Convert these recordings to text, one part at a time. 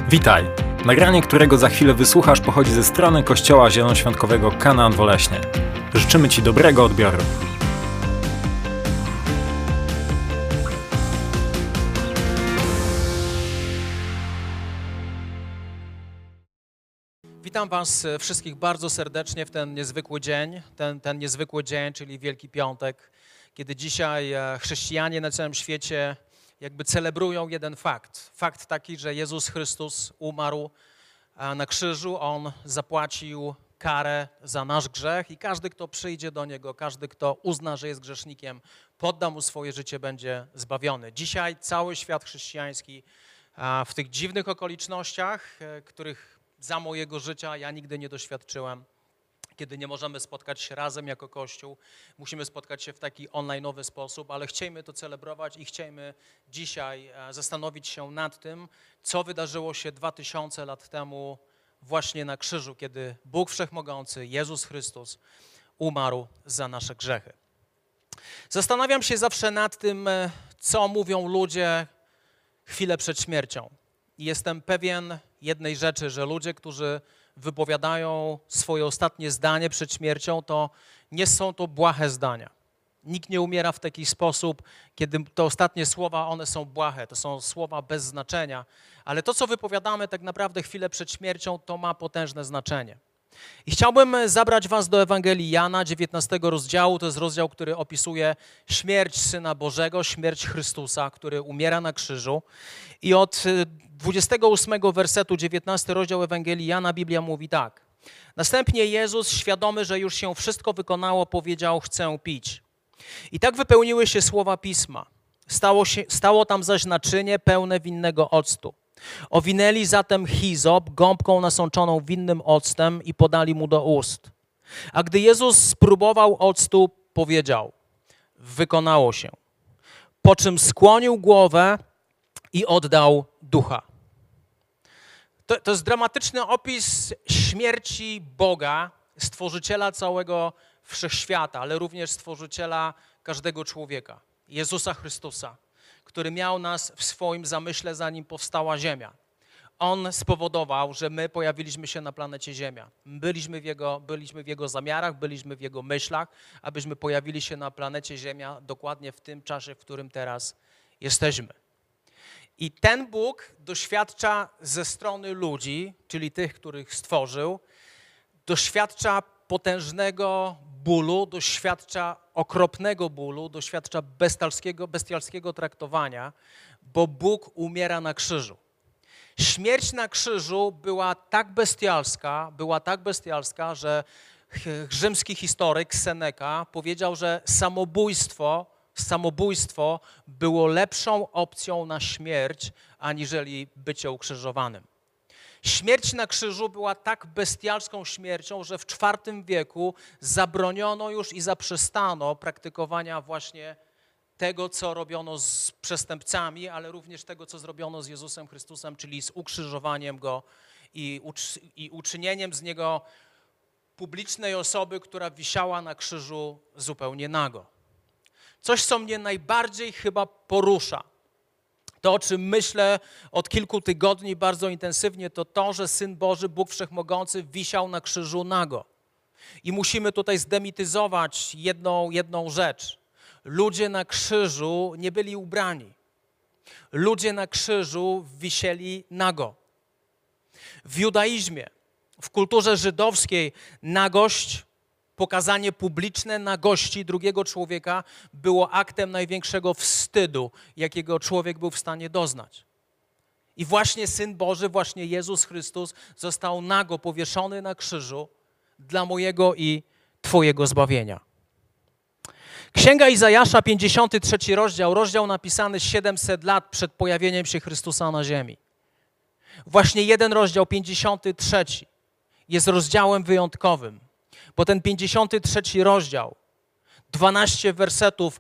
Witaj! Nagranie, którego za chwilę wysłuchasz, pochodzi ze strony Kościoła Zielonoświątkowego Kanaan Woleśnie. Życzymy Ci dobrego odbioru. Witam Was wszystkich bardzo serdecznie w ten niezwykły dzień, ten niezwykły dzień, czyli Wielki Piątek, kiedy dzisiaj chrześcijanie na całym świecie jakby celebrują jeden fakt. Fakt taki, że Jezus Chrystus umarł na krzyżu, On zapłacił karę za nasz grzech i każdy, kto przyjdzie do Niego, każdy, kto uzna, że jest grzesznikiem, podda Mu swoje życie, będzie zbawiony. Dzisiaj cały świat chrześcijański w tych dziwnych okolicznościach, których za mojego życia ja nigdy nie doświadczyłem, kiedy nie możemy spotkać się razem jako Kościół, musimy spotkać się w taki online'owy sposób, ale chcemy to celebrować i chcemy dzisiaj zastanowić się nad tym, co wydarzyło się 2000 lat temu właśnie na krzyżu, kiedy Bóg Wszechmogący, Jezus Chrystus umarł za nasze grzechy. Zastanawiam się zawsze nad tym, co mówią ludzie chwilę przed śmiercią. I jestem pewien jednej rzeczy, że ludzie, którzy wypowiadają swoje ostatnie zdanie przed śmiercią, to nie są to błahe zdania. Nikt nie umiera w taki sposób, kiedy te ostatnie słowa, one są błahe, to są słowa bez znaczenia, ale to, co wypowiadamy tak naprawdę chwilę przed śmiercią, to ma potężne znaczenie. I chciałbym zabrać Was do Ewangelii Jana, 19 rozdziału. To jest rozdział, który opisuje śmierć Syna Bożego, śmierć Chrystusa, który umiera na krzyżu. I od 28 wersetu, 19 rozdział Ewangelii Jana, Biblia mówi tak. Następnie Jezus, świadomy, że już się wszystko wykonało, powiedział: chcę pić. I tak wypełniły się słowa Pisma. Stało tam zaś naczynie pełne winnego octu. Owinęli zatem hizop gąbką nasączoną winnym octem i podali mu do ust. A gdy Jezus spróbował octu, powiedział: wykonało się. Po czym skłonił głowę i oddał ducha. To jest dramatyczny opis śmierci Boga, Stworzyciela całego wszechświata, ale również Stworzyciela każdego człowieka, Jezusa Chrystusa, który miał nas w swoim zamyśle, zanim powstała Ziemia. On spowodował, że my pojawiliśmy się na planecie Ziemia. Byliśmy w Jego zamiarach, byliśmy w Jego myślach, abyśmy pojawili się na planecie Ziemia dokładnie w tym czasie, w którym teraz jesteśmy. I ten Bóg doświadcza ze strony ludzi, czyli tych, których stworzył, doświadcza potężnego bólu, doświadcza okropnego bólu, doświadcza bestialskiego traktowania, bo Bóg umiera na krzyżu. Śmierć na krzyżu była tak bestialska, że rzymski historyk Seneca powiedział, że samobójstwo było lepszą opcją na śmierć, aniżeli bycie ukrzyżowanym. Śmierć na krzyżu była tak bestialską śmiercią, że w IV wieku zabroniono już i zaprzestano praktykowania właśnie tego, co robiono z przestępcami, ale również tego, co zrobiono z Jezusem Chrystusem, czyli z ukrzyżowaniem Go i uczynieniem z Niego publicznej osoby, która wisiała na krzyżu zupełnie nago. Coś, co mnie najbardziej chyba porusza, to, o czym myślę od kilku tygodni bardzo intensywnie, to to, że Syn Boży, Bóg Wszechmogący, wisiał na krzyżu nago. I musimy tutaj zdemityzować jedną rzecz. Ludzie na krzyżu nie byli ubrani. Ludzie na krzyżu wisieli nago. W judaizmie, w kulturze żydowskiej nagość, pokazanie publiczne nagości drugiego człowieka było aktem największego wstydu, jakiego człowiek był w stanie doznać. I właśnie Syn Boży, właśnie Jezus Chrystus został nago powieszony na krzyżu dla mojego i Twojego zbawienia. Księga Izajasza, 53 rozdział napisany 700 lat przed pojawieniem się Chrystusa na ziemi. Właśnie jeden rozdział, 53, jest rozdziałem wyjątkowym. Bo ten 53 rozdział, 12 wersetów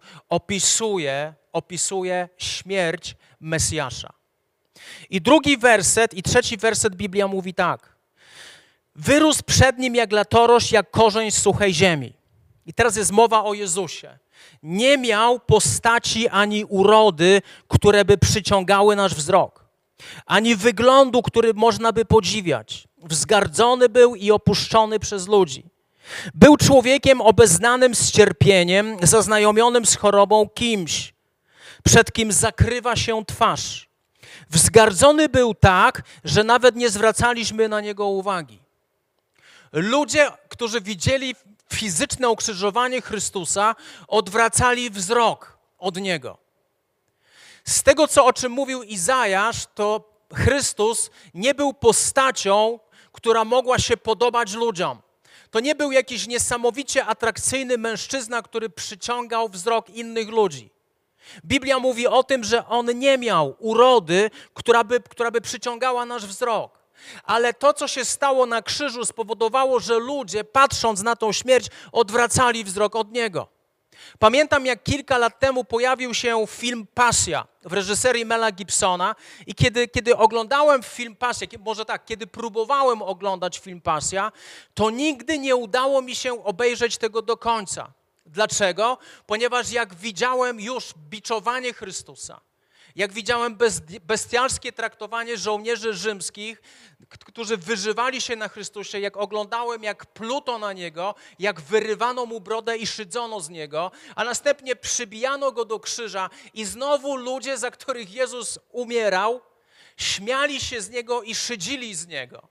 opisuje śmierć Mesjasza. I drugi werset i trzeci werset Biblia mówi tak. Wyrósł przed nim jak latorośl, jak korzeń z suchej ziemi. I teraz jest mowa o Jezusie. Nie miał postaci ani urody, które by przyciągały nasz wzrok. ani wyglądu, który można by podziwiać. Wzgardzony był i opuszczony przez ludzi. Był człowiekiem obeznanym z cierpieniem, zaznajomionym z chorobą, kimś, przed kim zakrywa się twarz. Wzgardzony był tak, że nawet nie zwracaliśmy na niego uwagi. Ludzie, którzy widzieli fizyczne ukrzyżowanie Chrystusa, odwracali wzrok od niego. Z tego, o czym mówił Izajasz, to Chrystus nie był postacią, która mogła się podobać ludziom. To nie był jakiś niesamowicie atrakcyjny mężczyzna, który przyciągał wzrok innych ludzi. Biblia mówi o tym, że on nie miał urody, która by przyciągała nasz wzrok. Ale to, co się stało na krzyżu, spowodowało, że ludzie, patrząc na tą śmierć, odwracali wzrok od niego. Pamiętam, jak kilka lat temu pojawił się film Pasja w reżyserii Mela Gibsona i kiedy oglądałem film Pasja, kiedy próbowałem oglądać film Pasja, to nigdy nie udało mi się obejrzeć tego do końca. Dlaczego? Ponieważ jak widziałem już biczowanie Chrystusa, jak widziałem bestialskie traktowanie żołnierzy rzymskich, którzy wyżywali się na Chrystusie, jak oglądałem, jak pluto na Niego, jak wyrywano Mu brodę i szydzono z Niego, a następnie przybijano Go do krzyża i znowu ludzie, za których Jezus umierał, śmiali się z Niego i szydzili z Niego.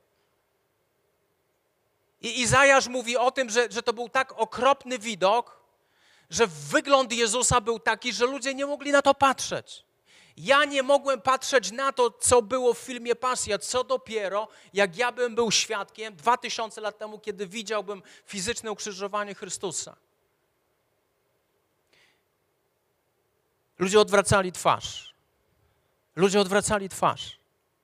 I Izajasz mówi o tym, że to był tak okropny widok, że wygląd Jezusa był taki, że ludzie nie mogli na to patrzeć. Ja nie mogłem patrzeć na to, co było w filmie Pasja, co dopiero, jak ja bym był świadkiem 2000 lat temu, kiedy widziałbym fizyczne ukrzyżowanie Chrystusa. Ludzie odwracali twarz. Ludzie odwracali twarz.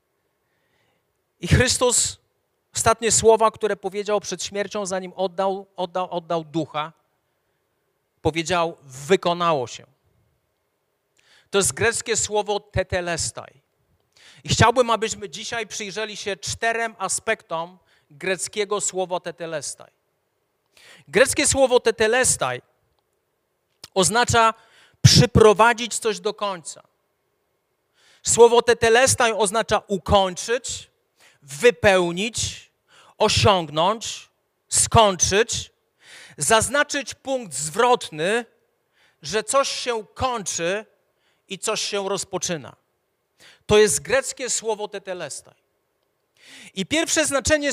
I Chrystus, ostatnie słowa, które powiedział przed śmiercią, zanim oddał ducha, powiedział: wykonało się. To jest greckie słowo tetelestai. I chciałbym, abyśmy dzisiaj przyjrzeli się 4 aspektom greckiego słowa tetelestai. Greckie słowo tetelestai oznacza przyprowadzić coś do końca. Słowo tetelestai oznacza ukończyć, wypełnić, osiągnąć, skończyć, zaznaczyć punkt zwrotny, że coś się kończy i coś się rozpoczyna. To jest greckie słowo tetelestai. I pierwsze znaczenie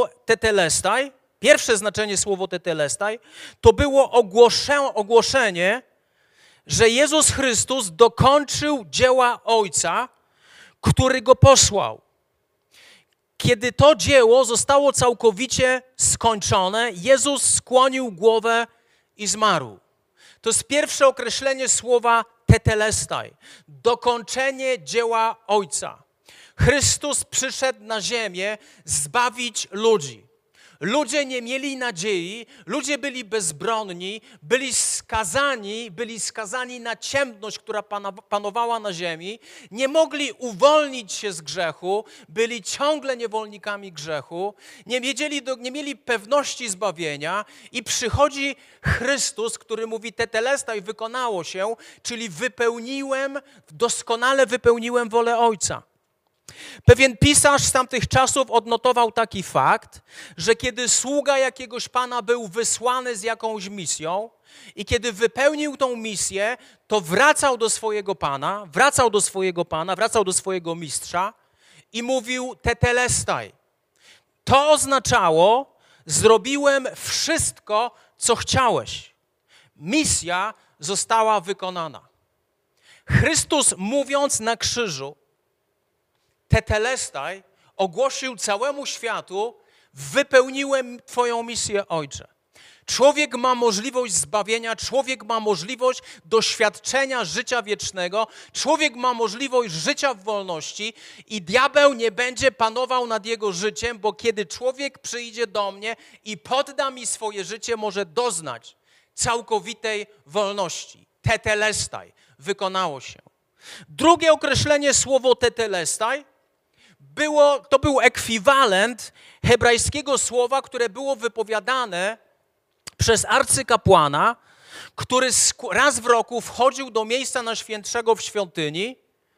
słowo tetelestai to było ogłoszenie, że Jezus Chrystus dokończył dzieła Ojca, który Go posłał. Kiedy to dzieło zostało całkowicie skończone, Jezus skłonił głowę i zmarł. To jest pierwsze określenie słowa tetelestai. Dokończenie dzieła Ojca. Chrystus przyszedł na ziemię zbawić ludzi. Ludzie nie mieli nadziei, ludzie byli bezbronni, byli skazani na ciemność, która panowała na ziemi, nie mogli uwolnić się z grzechu, byli ciągle niewolnikami grzechu, nie mieli pewności zbawienia i przychodzi Chrystus, który mówi: tetelestai, wykonało się, czyli doskonale wypełniłem wolę Ojca. Pewien pisarz z tamtych czasów odnotował taki fakt, że kiedy sługa jakiegoś pana był wysłany z jakąś misją i kiedy wypełnił tą misję, to wracał do swojego mistrza i mówił tetelestai. To oznaczało: zrobiłem wszystko, co chciałeś. Misja została wykonana. Chrystus, mówiąc na krzyżu tetelestai, ogłosił całemu światu: wypełniłem Twoją misję, Ojcze. Człowiek ma możliwość zbawienia, człowiek ma możliwość doświadczenia życia wiecznego, człowiek ma możliwość życia w wolności i diabeł nie będzie panował nad jego życiem, bo kiedy człowiek przyjdzie do mnie i podda mi swoje życie, może doznać całkowitej wolności. Tetelestai, wykonało się. Drugie określenie, słowo tetelestai, to był ekwiwalent hebrajskiego słowa, które było wypowiadane przez arcykapłana, który raz w roku wchodził do miejsca najświętszego w świątyni,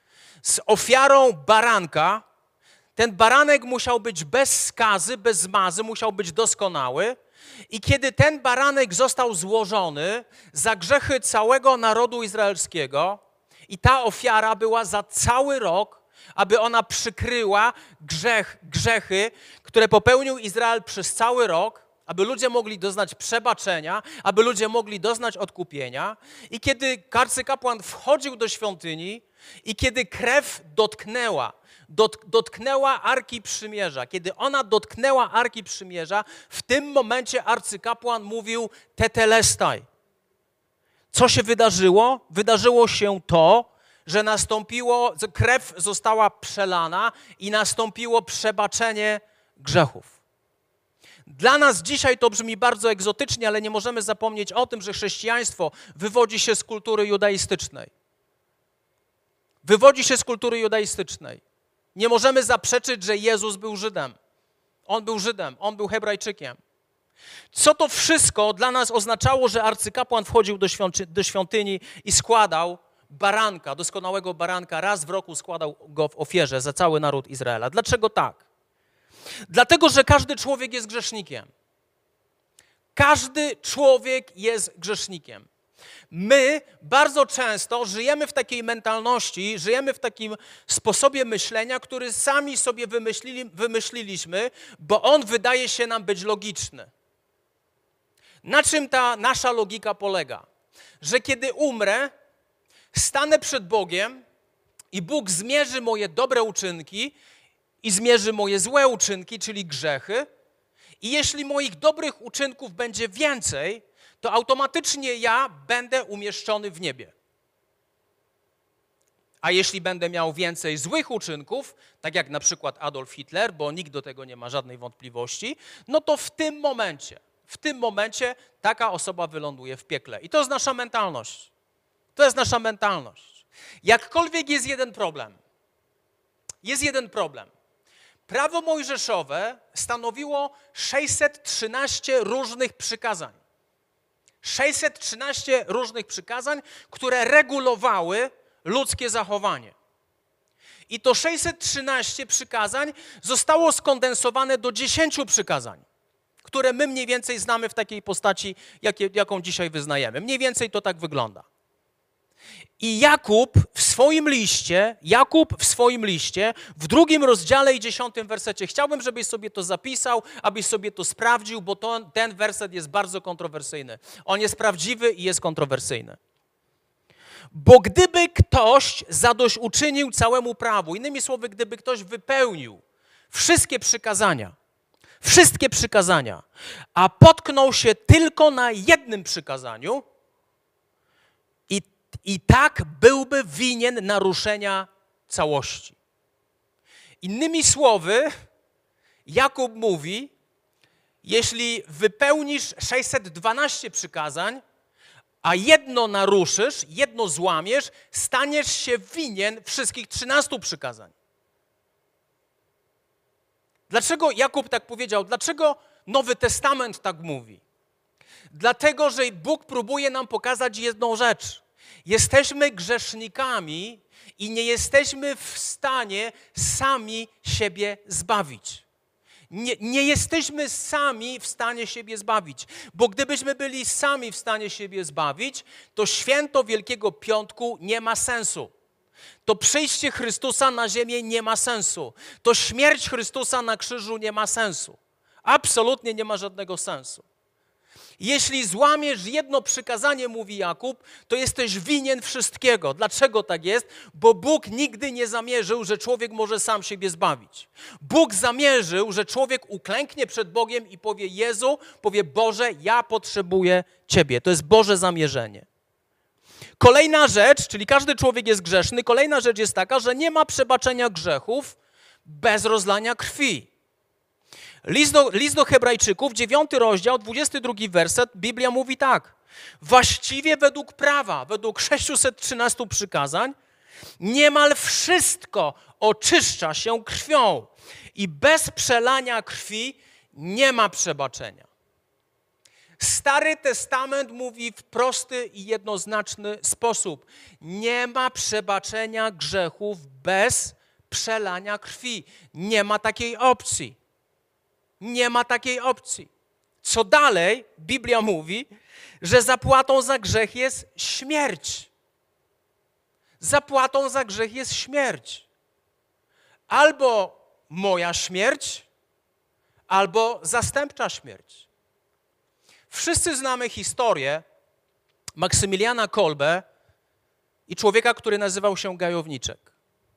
z ofiarą baranka. Ten baranek musiał być bez skazy, bez zmazy, musiał być doskonały. I kiedy ten baranek został złożony za grzechy całego narodu izraelskiego i ta ofiara była za cały rok, aby ona przykryła grzechy, które popełnił Izrael przez cały rok, aby ludzie mogli doznać przebaczenia, aby ludzie mogli doznać odkupienia. I kiedy arcykapłan wchodził do świątyni i kiedy krew dotknęła Arki Przymierza, kiedy ona dotknęła Arki Przymierza, w tym momencie arcykapłan mówił tetelestai. Co się wydarzyło? Wydarzyło się to, że krew została przelana i nastąpiło przebaczenie grzechów. Dla nas dzisiaj to brzmi bardzo egzotycznie, ale nie możemy zapomnieć o tym, że chrześcijaństwo wywodzi się z kultury judaistycznej. Wywodzi się z kultury judaistycznej. Nie możemy zaprzeczyć, że Jezus był Żydem. On był Hebrajczykiem. Co to wszystko dla nas oznaczało, że arcykapłan wchodził do świątyni i składał baranka, doskonałego baranka, raz w roku składał go w ofierze za cały naród Izraela. Dlaczego tak? Dlatego, że każdy człowiek jest grzesznikiem. Każdy człowiek jest grzesznikiem. My bardzo często żyjemy w takiej mentalności, żyjemy w takim sposobie myślenia, który sami sobie wymyśliliśmy, bo on wydaje się nam być logiczny. Na czym ta nasza logika polega? Że kiedy umrę, stanę przed Bogiem i Bóg zmierzy moje dobre uczynki i zmierzy moje złe uczynki, czyli grzechy. I jeśli moich dobrych uczynków będzie więcej, to automatycznie ja będę umieszczony w niebie. A jeśli będę miał więcej złych uczynków, tak jak na przykład Adolf Hitler, bo nikt do tego nie ma żadnej wątpliwości, no to w tym momencie taka osoba wyląduje w piekle. I to jest nasza mentalność. To jest nasza mentalność. Jakkolwiek jest jeden problem. Jest jeden problem. Prawo mojżeszowe stanowiło 613 różnych przykazań. 613 różnych przykazań, które regulowały ludzkie zachowanie. I to 613 przykazań zostało skondensowane do 10 przykazań, które my mniej więcej znamy w takiej postaci, jaką dzisiaj wyznajemy. Mniej więcej to tak wygląda. I Jakub w swoim liście, w 2 rozdziale i 10 wersecie, chciałbym, żebyś sobie to zapisał, abyś sobie to sprawdził, bo ten werset jest bardzo kontrowersyjny. On jest prawdziwy i jest kontrowersyjny. Bo gdyby ktoś zadośćuczynił całemu prawu, innymi słowy, gdyby ktoś wypełnił wszystkie przykazania, a potknął się tylko na jednym przykazaniu, i tak byłby winien naruszenia całości. Innymi słowy, Jakub mówi, jeśli wypełnisz 612 przykazań, a jedno naruszysz, jedno złamiesz, staniesz się winien wszystkich 13 przykazań. Dlaczego Jakub tak powiedział? Dlaczego Nowy Testament tak mówi? Dlatego, że Bóg próbuje nam pokazać jedną rzecz. Jesteśmy grzesznikami i nie jesteśmy w stanie sami siebie zbawić. Nie jesteśmy sami w stanie siebie zbawić, bo gdybyśmy byli sami w stanie siebie zbawić, to święto Wielkiego Piątku nie ma sensu. To przyjście Chrystusa na ziemię nie ma sensu. To śmierć Chrystusa na krzyżu nie ma sensu. Absolutnie nie ma żadnego sensu. Jeśli złamiesz jedno przykazanie, mówi Jakub, to jesteś winien wszystkiego. Dlaczego tak jest? Bo Bóg nigdy nie zamierzył, że człowiek może sam siebie zbawić. Bóg zamierzył, że człowiek uklęknie przed Bogiem i powie: Jezu, powie: Boże, ja potrzebuję Ciebie. To jest Boże zamierzenie. Kolejna rzecz, czyli każdy człowiek jest grzeszny, kolejna rzecz jest taka, że nie ma przebaczenia grzechów bez rozlania krwi. List do Hebrajczyków, 9 rozdział, 22 werset, Biblia mówi tak. Właściwie według prawa, według 613 przykazań, niemal wszystko oczyszcza się krwią i bez przelania krwi nie ma przebaczenia. Stary Testament mówi w prosty i jednoznaczny sposób. Nie ma przebaczenia grzechów bez przelania krwi. Nie ma takiej opcji. Nie ma takiej opcji. Co dalej? Biblia mówi, że zapłatą za grzech jest śmierć. Zapłatą za grzech jest śmierć. Albo moja śmierć, albo zastępcza śmierć. Wszyscy znamy historię Maksymiliana Kolbe i człowieka, który nazywał się Gajowniczek.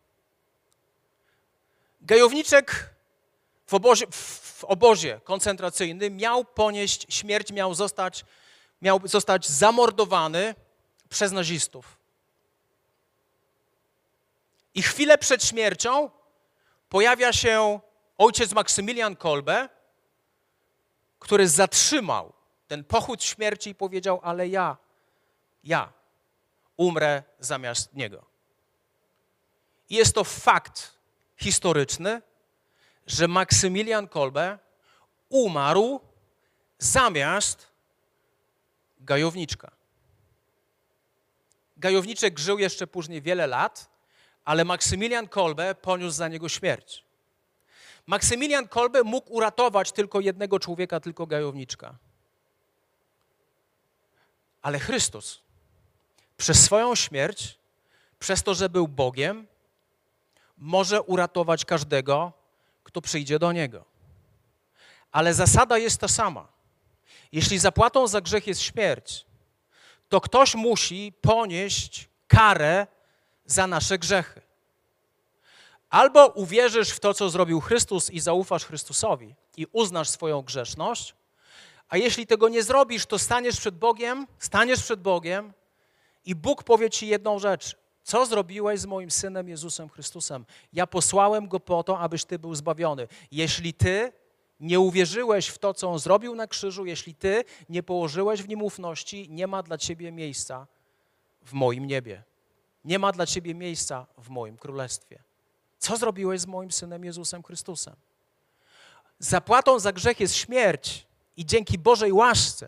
Gajowniczek w obozie koncentracyjnym miał ponieść śmierć, miał zostać zamordowany przez nazistów. I chwilę przed śmiercią pojawia się ojciec Maksymilian Kolbe, który zatrzymał ten pochód śmierci i powiedział, ale ja umrę zamiast niego. I jest to fakt historyczny, że Maksymilian Kolbe umarł zamiast Gajowniczka. Gajowniczek żył jeszcze później wiele lat, ale Maksymilian Kolbe poniósł za niego śmierć. Maksymilian Kolbe mógł uratować tylko jednego człowieka, tylko Gajowniczka. Ale Chrystus przez swoją śmierć, przez to, że był Bogiem, może uratować każdego, kto przyjdzie do Niego. Ale zasada jest ta sama. Jeśli zapłatą za grzech jest śmierć, to ktoś musi ponieść karę za nasze grzechy. Albo uwierzysz w to, co zrobił Chrystus i zaufasz Chrystusowi i uznasz swoją grzeszność, a jeśli tego nie zrobisz, to staniesz przed Bogiem i Bóg powie ci jedną rzecz. Co zrobiłeś z moim Synem Jezusem Chrystusem? Ja posłałem Go po to, abyś Ty był zbawiony. Jeśli Ty nie uwierzyłeś w to, co On zrobił na krzyżu, jeśli Ty nie położyłeś w Nim ufności, nie ma dla Ciebie miejsca w moim niebie. Nie ma dla Ciebie miejsca w moim królestwie. Co zrobiłeś z moim Synem Jezusem Chrystusem? Zapłatą za grzech jest śmierć i dzięki Bożej łasce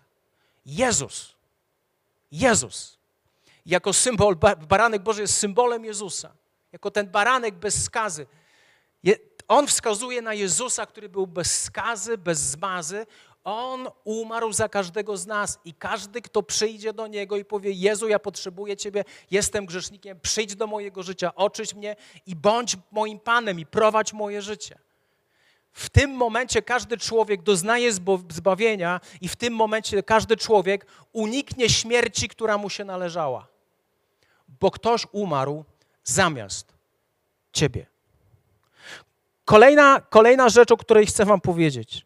Jezus, jako symbol, baranek Boży jest symbolem Jezusa, jako ten baranek bez skazy. On wskazuje na Jezusa, który był bez skazy, bez zmazy. On umarł za każdego z nas i każdy, kto przyjdzie do Niego i powie, Jezu, ja potrzebuję Ciebie, jestem grzesznikiem, przyjdź do mojego życia, oczyść mnie i bądź moim Panem i prowadź moje życie. W tym momencie każdy człowiek doznaje zbawienia i w tym momencie każdy człowiek uniknie śmierci, która mu się należała. Bo ktoś umarł zamiast ciebie. Kolejna rzecz, o której chcę wam powiedzieć.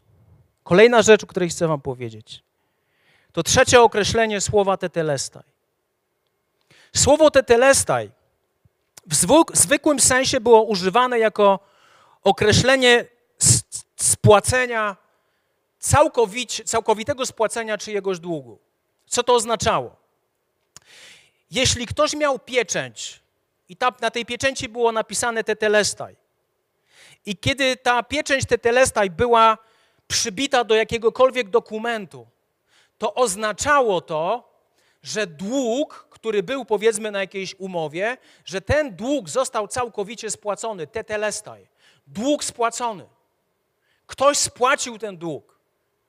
To trzecie określenie słowa tetelestai. Słowo tetelestai w zwykłym sensie było używane jako określenie spłacenia, całkowitego spłacenia czyjegoś długu. Co to oznaczało? Jeśli ktoś miał pieczęć i na tej pieczęci było napisane tetelestai i kiedy ta pieczęć tetelestai była przybita do jakiegokolwiek dokumentu, to oznaczało to, że dług, który był powiedzmy na jakiejś umowie, że ten dług został całkowicie spłacony, tetelestai. Dług spłacony. Ktoś spłacił ten dług.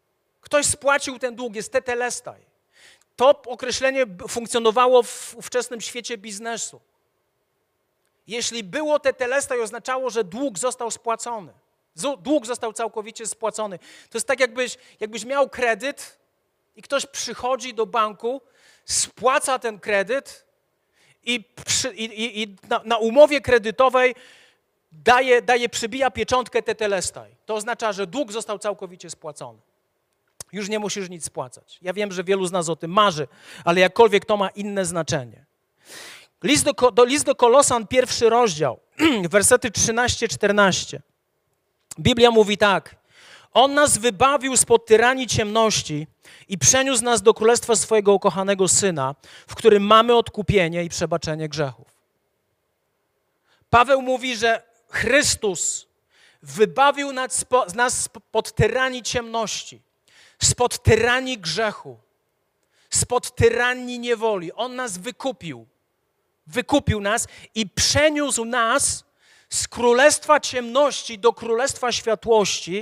Jest tetelestai. To określenie funkcjonowało w ówczesnym świecie biznesu. Jeśli było tetelestai, oznaczało, że dług został spłacony. Dług został całkowicie spłacony. To jest tak, jakbyś miał kredyt i ktoś przychodzi do banku, spłaca ten kredyt i na umowie kredytowej przybija pieczątkę tetelestai. To oznacza, że dług został całkowicie spłacony. Już nie musisz nic spłacać. Ja wiem, że wielu z nas o tym marzy, ale jakkolwiek to ma inne znaczenie. List do Kolosan, 1 rozdział, wersety 13-14. Biblia mówi tak. On nas wybawił spod tyranii ciemności i przeniósł nas do królestwa swojego ukochanego Syna, w którym mamy odkupienie i przebaczenie grzechów. Paweł mówi, że Chrystus wybawił nas spod tyranii ciemności, spod tyranii grzechu, spod tyranii niewoli. On nas wykupił nas i przeniósł nas z królestwa ciemności do królestwa światłości.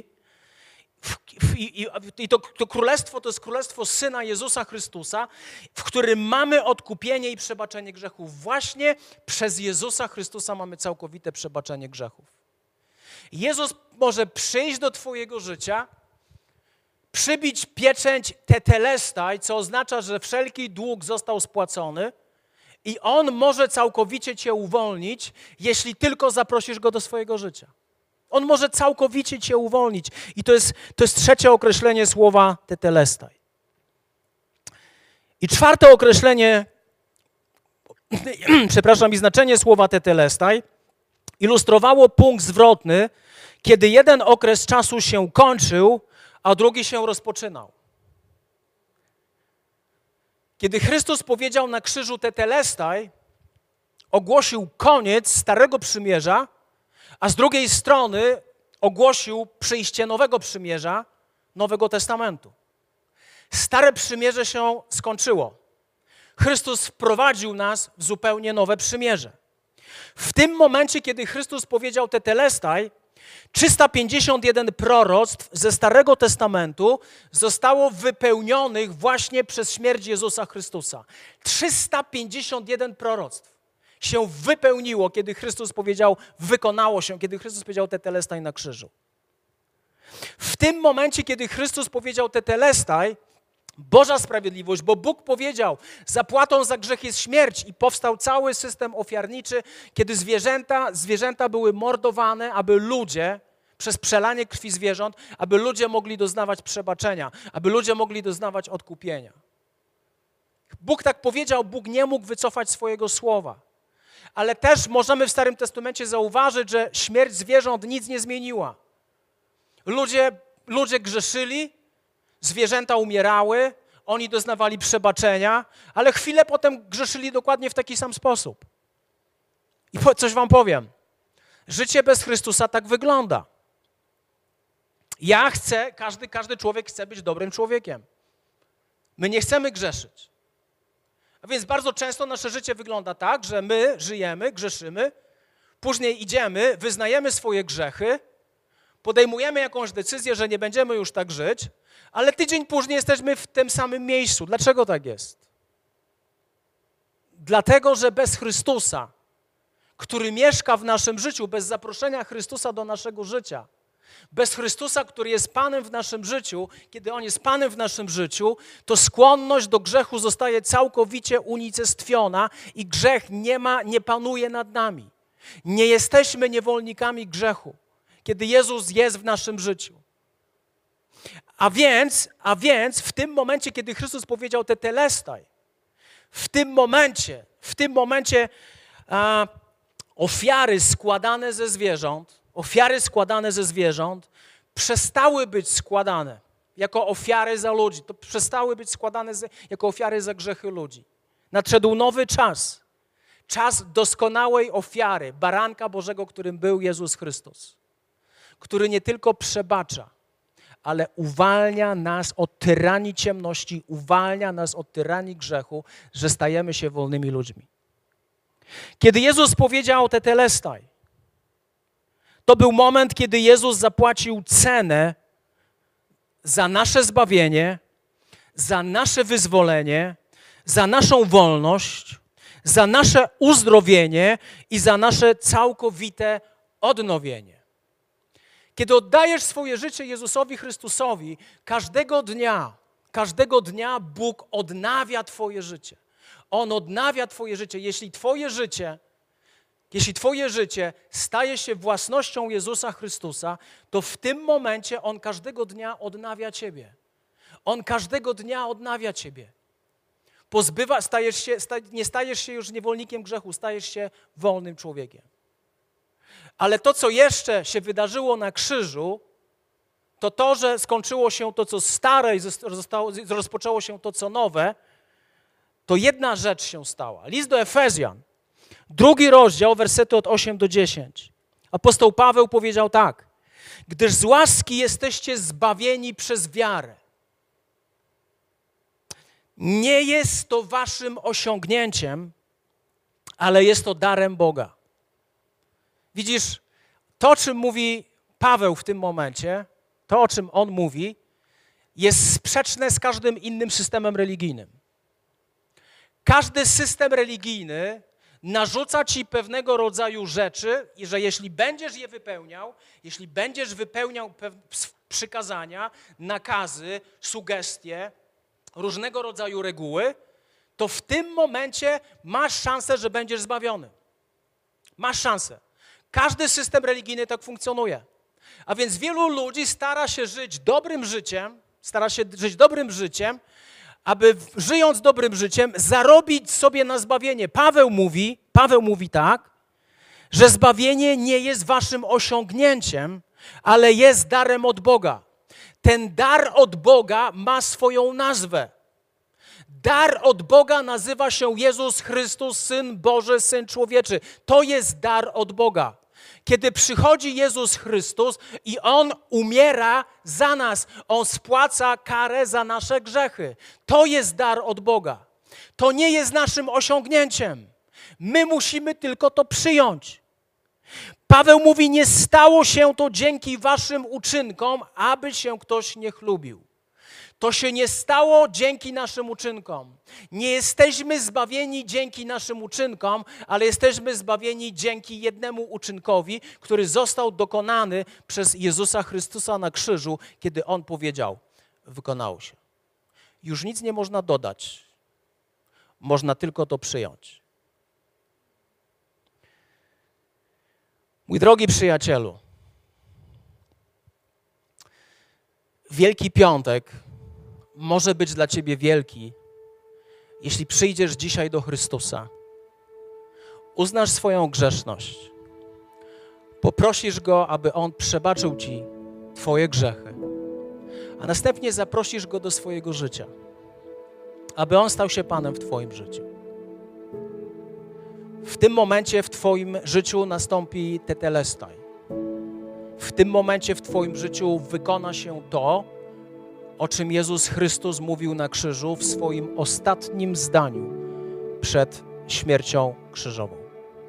I to królestwo to jest królestwo Syna Jezusa Chrystusa, w którym mamy odkupienie i przebaczenie grzechów. Właśnie przez Jezusa Chrystusa mamy całkowite przebaczenie grzechów. Jezus może przyjść do twojego życia, przybić pieczęć tetelestai, co oznacza, że wszelki dług został spłacony i On może całkowicie cię uwolnić, jeśli tylko zaprosisz Go do swojego życia. On może całkowicie cię uwolnić. I to jest trzecie określenie słowa tetelestai. I czwarte określenie, i znaczenie słowa tetelestai ilustrowało punkt zwrotny, kiedy jeden okres czasu się kończył, a drugi się rozpoczynał. Kiedy Chrystus powiedział na krzyżu tetelestai, ogłosił koniec Starego Przymierza, a z drugiej strony ogłosił przyjście Nowego Przymierza, Nowego Testamentu. Stare Przymierze się skończyło. Chrystus wprowadził nas w zupełnie nowe przymierze. W tym momencie, kiedy Chrystus powiedział tetelestai, 351 proroctw ze Starego Testamentu zostało wypełnionych właśnie przez śmierć Jezusa Chrystusa. 351 proroctw się wypełniło, kiedy Chrystus powiedział, wykonało się, kiedy Chrystus powiedział tetelestai na krzyżu. W tym momencie, kiedy Chrystus powiedział tetelestai, Boża sprawiedliwość, bo Bóg powiedział, zapłatą za grzech jest śmierć i powstał cały system ofiarniczy, kiedy zwierzęta były mordowane, aby ludzie, przez przelanie krwi zwierząt, aby ludzie mogli doznawać przebaczenia, aby ludzie mogli doznawać odkupienia. Bóg tak powiedział, Bóg nie mógł wycofać swojego słowa. Ale też możemy w Starym Testamencie zauważyć, że śmierć zwierząt nic nie zmieniła. Ludzie grzeszyli, zwierzęta umierały, oni doznawali przebaczenia, ale chwilę potem grzeszyli dokładnie w taki sam sposób. I coś wam powiem. Życie bez Chrystusa tak wygląda. Ja chcę, każdy człowiek chce być dobrym człowiekiem. My nie chcemy grzeszyć. A więc bardzo często nasze życie wygląda tak, że my żyjemy, grzeszymy, później idziemy, wyznajemy swoje grzechy, podejmujemy jakąś decyzję, że nie będziemy już tak żyć, ale tydzień później jesteśmy w tym samym miejscu. Dlaczego tak jest? Dlatego, że bez Chrystusa, który mieszka w naszym życiu, bez zaproszenia Chrystusa do naszego życia, bez Chrystusa, który jest Panem w naszym życiu, kiedy On jest Panem w naszym życiu, to skłonność do grzechu zostaje całkowicie unicestwiona i grzech nie panuje nad nami. Nie jesteśmy niewolnikami grzechu, kiedy Jezus jest w naszym życiu. A więc w tym momencie, kiedy Chrystus powiedział tetelestai, w tym momencie ofiary składane ze zwierząt przestały być składane jako ofiary za ludzi. To przestały być składane jako ofiary za grzechy ludzi. Nadszedł nowy czas. Czas doskonałej ofiary, baranka Bożego, którym był Jezus Chrystus. Który nie tylko przebacza, ale uwalnia nas od tyranii ciemności, uwalnia nas od tyranii grzechu, że stajemy się wolnymi ludźmi. Kiedy Jezus powiedział tetelestai, to był moment, kiedy Jezus zapłacił cenę za nasze zbawienie, za nasze wyzwolenie, za naszą wolność, za nasze uzdrowienie i za nasze całkowite odnowienie. Kiedy oddajesz swoje życie Jezusowi Chrystusowi, każdego dnia Bóg odnawia twoje życie. On odnawia twoje życie. Jeśli twoje życie staje się własnością Jezusa Chrystusa, to w tym momencie On każdego dnia odnawia ciebie. On każdego dnia odnawia ciebie. Nie stajesz się już niewolnikiem grzechu, stajesz się wolnym człowiekiem. Ale to, co jeszcze się wydarzyło na krzyżu, to, że skończyło się to, co stare i rozpoczęło się to, co nowe, to jedna rzecz się stała. List do Efezjan, 2 rozdział, wersety od 8 do 10. Apostoł Paweł powiedział tak: gdyż z łaski jesteście zbawieni przez wiarę. Nie jest to waszym osiągnięciem, ale jest to darem Boga. Widzisz, to, o czym mówi Paweł w tym momencie, to, o czym on mówi, jest sprzeczne z każdym innym systemem religijnym. Każdy system religijny narzuca ci pewnego rodzaju rzeczy i że jeśli będziesz je wypełniał, jeśli będziesz wypełniał przykazania, nakazy, sugestie, różnego rodzaju reguły, to w tym momencie masz szansę, że będziesz zbawiony. Masz szansę. Każdy system religijny tak funkcjonuje. A więc wielu ludzi stara się żyć dobrym życiem, aby żyjąc dobrym życiem zarobić sobie na zbawienie. Paweł mówi tak, że zbawienie nie jest waszym osiągnięciem, ale jest darem od Boga. Ten dar od Boga ma swoją nazwę. Dar od Boga nazywa się Jezus Chrystus, Syn Boży, Syn Człowieczy. To jest dar od Boga. Kiedy przychodzi Jezus Chrystus i On umiera za nas, On spłaca karę za nasze grzechy. To jest dar od Boga. To nie jest naszym osiągnięciem. My musimy tylko to przyjąć. Paweł mówi, nie stało się to dzięki waszym uczynkom, aby się ktoś nie chlubił. To się nie stało dzięki naszym uczynkom. Nie jesteśmy zbawieni dzięki naszym uczynkom, ale jesteśmy zbawieni dzięki jednemu uczynkowi, który został dokonany przez Jezusa Chrystusa na krzyżu, kiedy On powiedział, wykonało się. Już nic nie można dodać. Można tylko to przyjąć. Mój drogi przyjacielu, Wielki Piątek może być dla ciebie wielki, jeśli przyjdziesz dzisiaj do Chrystusa, uznasz swoją grzeszność, poprosisz Go, aby On przebaczył ci twoje grzechy, a następnie zaprosisz Go do swojego życia, aby On stał się Panem w twoim życiu. W tym momencie w twoim życiu nastąpi tetelestai. W tym momencie w twoim życiu wykona się to, o czym Jezus Chrystus mówił na krzyżu w swoim ostatnim zdaniu przed śmiercią krzyżową.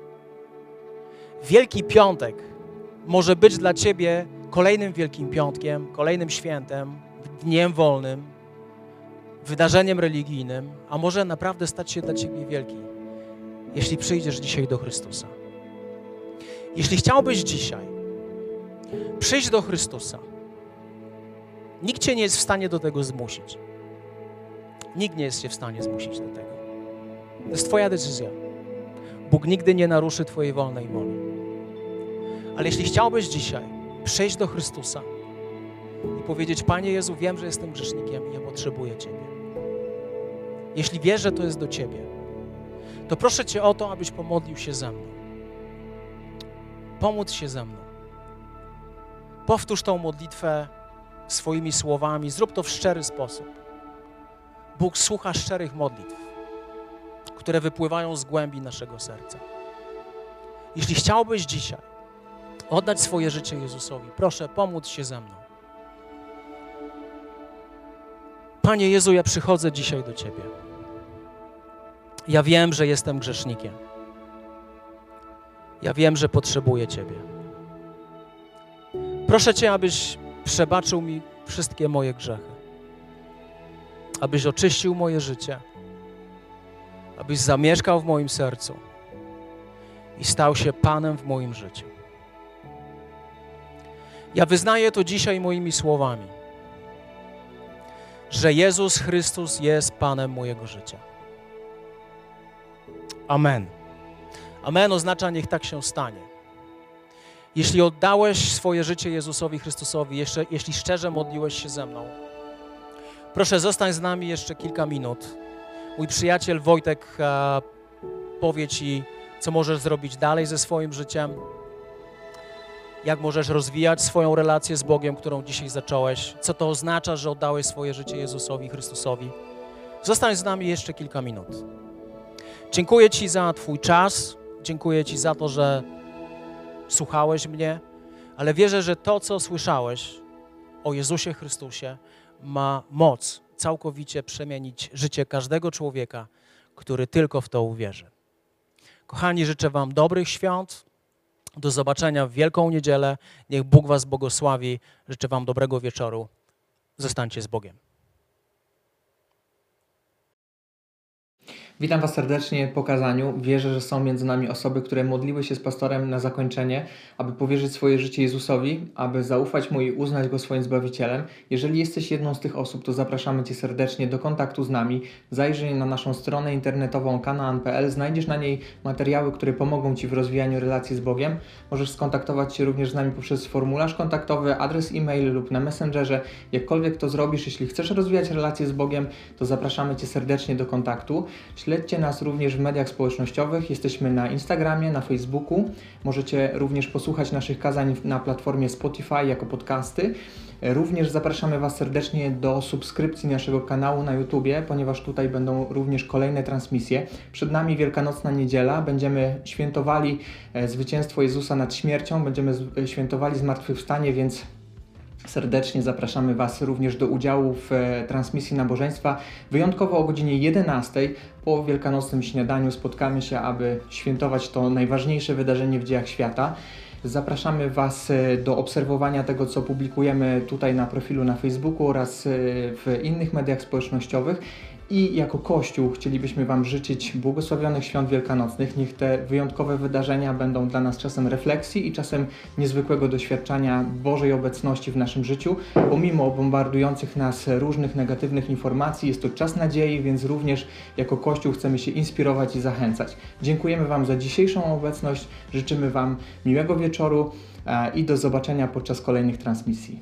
Wielki Piątek może być dla ciebie kolejnym Wielkim Piątkiem, kolejnym świętem, dniem wolnym, wydarzeniem religijnym, a może naprawdę stać się dla ciebie wielki, jeśli przyjdziesz dzisiaj do Chrystusa. Jeśli chciałbyś dzisiaj przyjść do Chrystusa, nikt cię nie jest w stanie do tego zmusić. Nikt nie jest cię w stanie zmusić do tego. To jest twoja decyzja. Bóg nigdy nie naruszy twojej wolnej woli. Ale jeśli chciałbyś dzisiaj przyjść do Chrystusa i powiedzieć, Panie Jezu, wiem, że jestem grzesznikiem i ja potrzebuję Ciebie. Jeśli wiesz, że to jest do Ciebie, to proszę Cię o to, abyś pomodlił się ze mną. Pomódl się ze mną. Powtórz tą modlitwę swoimi słowami. Zrób to w szczery sposób. Bóg słucha szczerych modlitw, które wypływają z głębi naszego serca. Jeśli chciałbyś dzisiaj oddać swoje życie Jezusowi, proszę, pomódl się ze mną. Panie Jezu, ja przychodzę dzisiaj do Ciebie. Ja wiem, że jestem grzesznikiem. Ja wiem, że potrzebuję Ciebie. Proszę Cię, abyś przebaczył mi wszystkie moje grzechy. Abyś oczyścił moje życie. Abyś zamieszkał w moim sercu i stał się Panem w moim życiu. Ja wyznaję to dzisiaj moimi słowami, że Jezus Chrystus jest Panem mojego życia. Amen. Amen oznacza, niech tak się stanie. Jeśli oddałeś swoje życie Jezusowi Chrystusowi, jeśli szczerze modliłeś się ze mną, proszę, zostań z nami jeszcze kilka minut. Mój przyjaciel Wojtek powie Ci, co możesz zrobić dalej ze swoim życiem, jak możesz rozwijać swoją relację z Bogiem, którą dzisiaj zacząłeś, co to oznacza, że oddałeś swoje życie Jezusowi Chrystusowi. Zostań z nami jeszcze kilka minut. Dziękuję Ci za Twój czas, dziękuję Ci za to, że słuchałeś mnie, ale wierzę, że to, co słyszałeś o Jezusie Chrystusie, ma moc całkowicie przemienić życie każdego człowieka, który tylko w to uwierzy. Kochani, życzę Wam dobrych świąt, Do zobaczenia w Wielką Niedzielę. Niech Bóg was błogosławi. Życzę wam dobrego wieczoru. Zostańcie z Bogiem. Witam Was serdecznie po kazaniu. Wierzę, że są między nami osoby, które modliły się z pastorem na zakończenie, aby powierzyć swoje życie Jezusowi, aby zaufać Mu i uznać Go swoim Zbawicielem. Jeżeli jesteś jedną z tych osób, to zapraszamy Cię serdecznie do kontaktu z nami. Zajrzyj na naszą stronę internetową kanaan.pl. Znajdziesz na niej materiały, które pomogą Ci w rozwijaniu relacji z Bogiem. Możesz skontaktować się również z nami poprzez formularz kontaktowy, adres e-mail lub na Messengerze. Jakkolwiek to zrobisz, jeśli chcesz rozwijać relacje z Bogiem, to zapraszamy Cię serdecznie do kontaktu. Śledźcie nas również w mediach społecznościowych. Jesteśmy na Instagramie, na Facebooku. Możecie również posłuchać naszych kazań na platformie Spotify jako podcasty. Również zapraszamy Was serdecznie do subskrypcji naszego kanału na YouTubie, ponieważ tutaj będą również kolejne transmisje. Przed nami Wielkanocna Niedziela. Będziemy świętowali zwycięstwo Jezusa nad śmiercią. Będziemy świętowali zmartwychwstanie, więc serdecznie zapraszamy Was również do udziału w transmisji nabożeństwa. Wyjątkowo o godzinie 11 po wielkanocnym śniadaniu spotkamy się, aby świętować to najważniejsze wydarzenie w dziejach świata. Zapraszamy Was do obserwowania tego, co publikujemy tutaj na profilu na Facebooku oraz w innych mediach społecznościowych. I jako Kościół chcielibyśmy Wam życzyć błogosławionych świąt wielkanocnych. Niech te wyjątkowe wydarzenia będą dla nas czasem refleksji i czasem niezwykłego doświadczania Bożej obecności w naszym życiu. Pomimo bombardujących nas różnych negatywnych informacji, jest to czas nadziei, więc również jako Kościół chcemy się inspirować i zachęcać. Dziękujemy Wam za dzisiejszą obecność, życzymy Wam miłego wieczoru i do zobaczenia podczas kolejnych transmisji.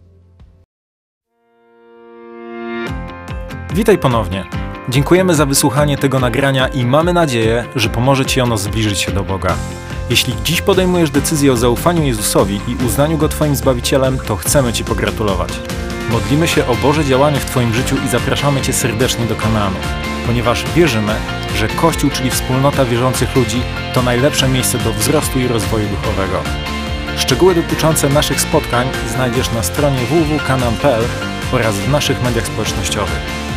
Witaj ponownie. Dziękujemy za wysłuchanie tego nagrania i mamy nadzieję, że pomoże Ci ono zbliżyć się do Boga. Jeśli dziś podejmujesz decyzję o zaufaniu Jezusowi i uznaniu Go Twoim Zbawicielem, to chcemy Ci pogratulować. Modlimy się o Boże działanie w Twoim życiu i zapraszamy Cię serdecznie do Kanaanu, ponieważ wierzymy, że Kościół, czyli wspólnota wierzących ludzi, to najlepsze miejsce do wzrostu i rozwoju duchowego. Szczegóły dotyczące naszych spotkań znajdziesz na stronie www.kanaan.pl oraz w naszych mediach społecznościowych.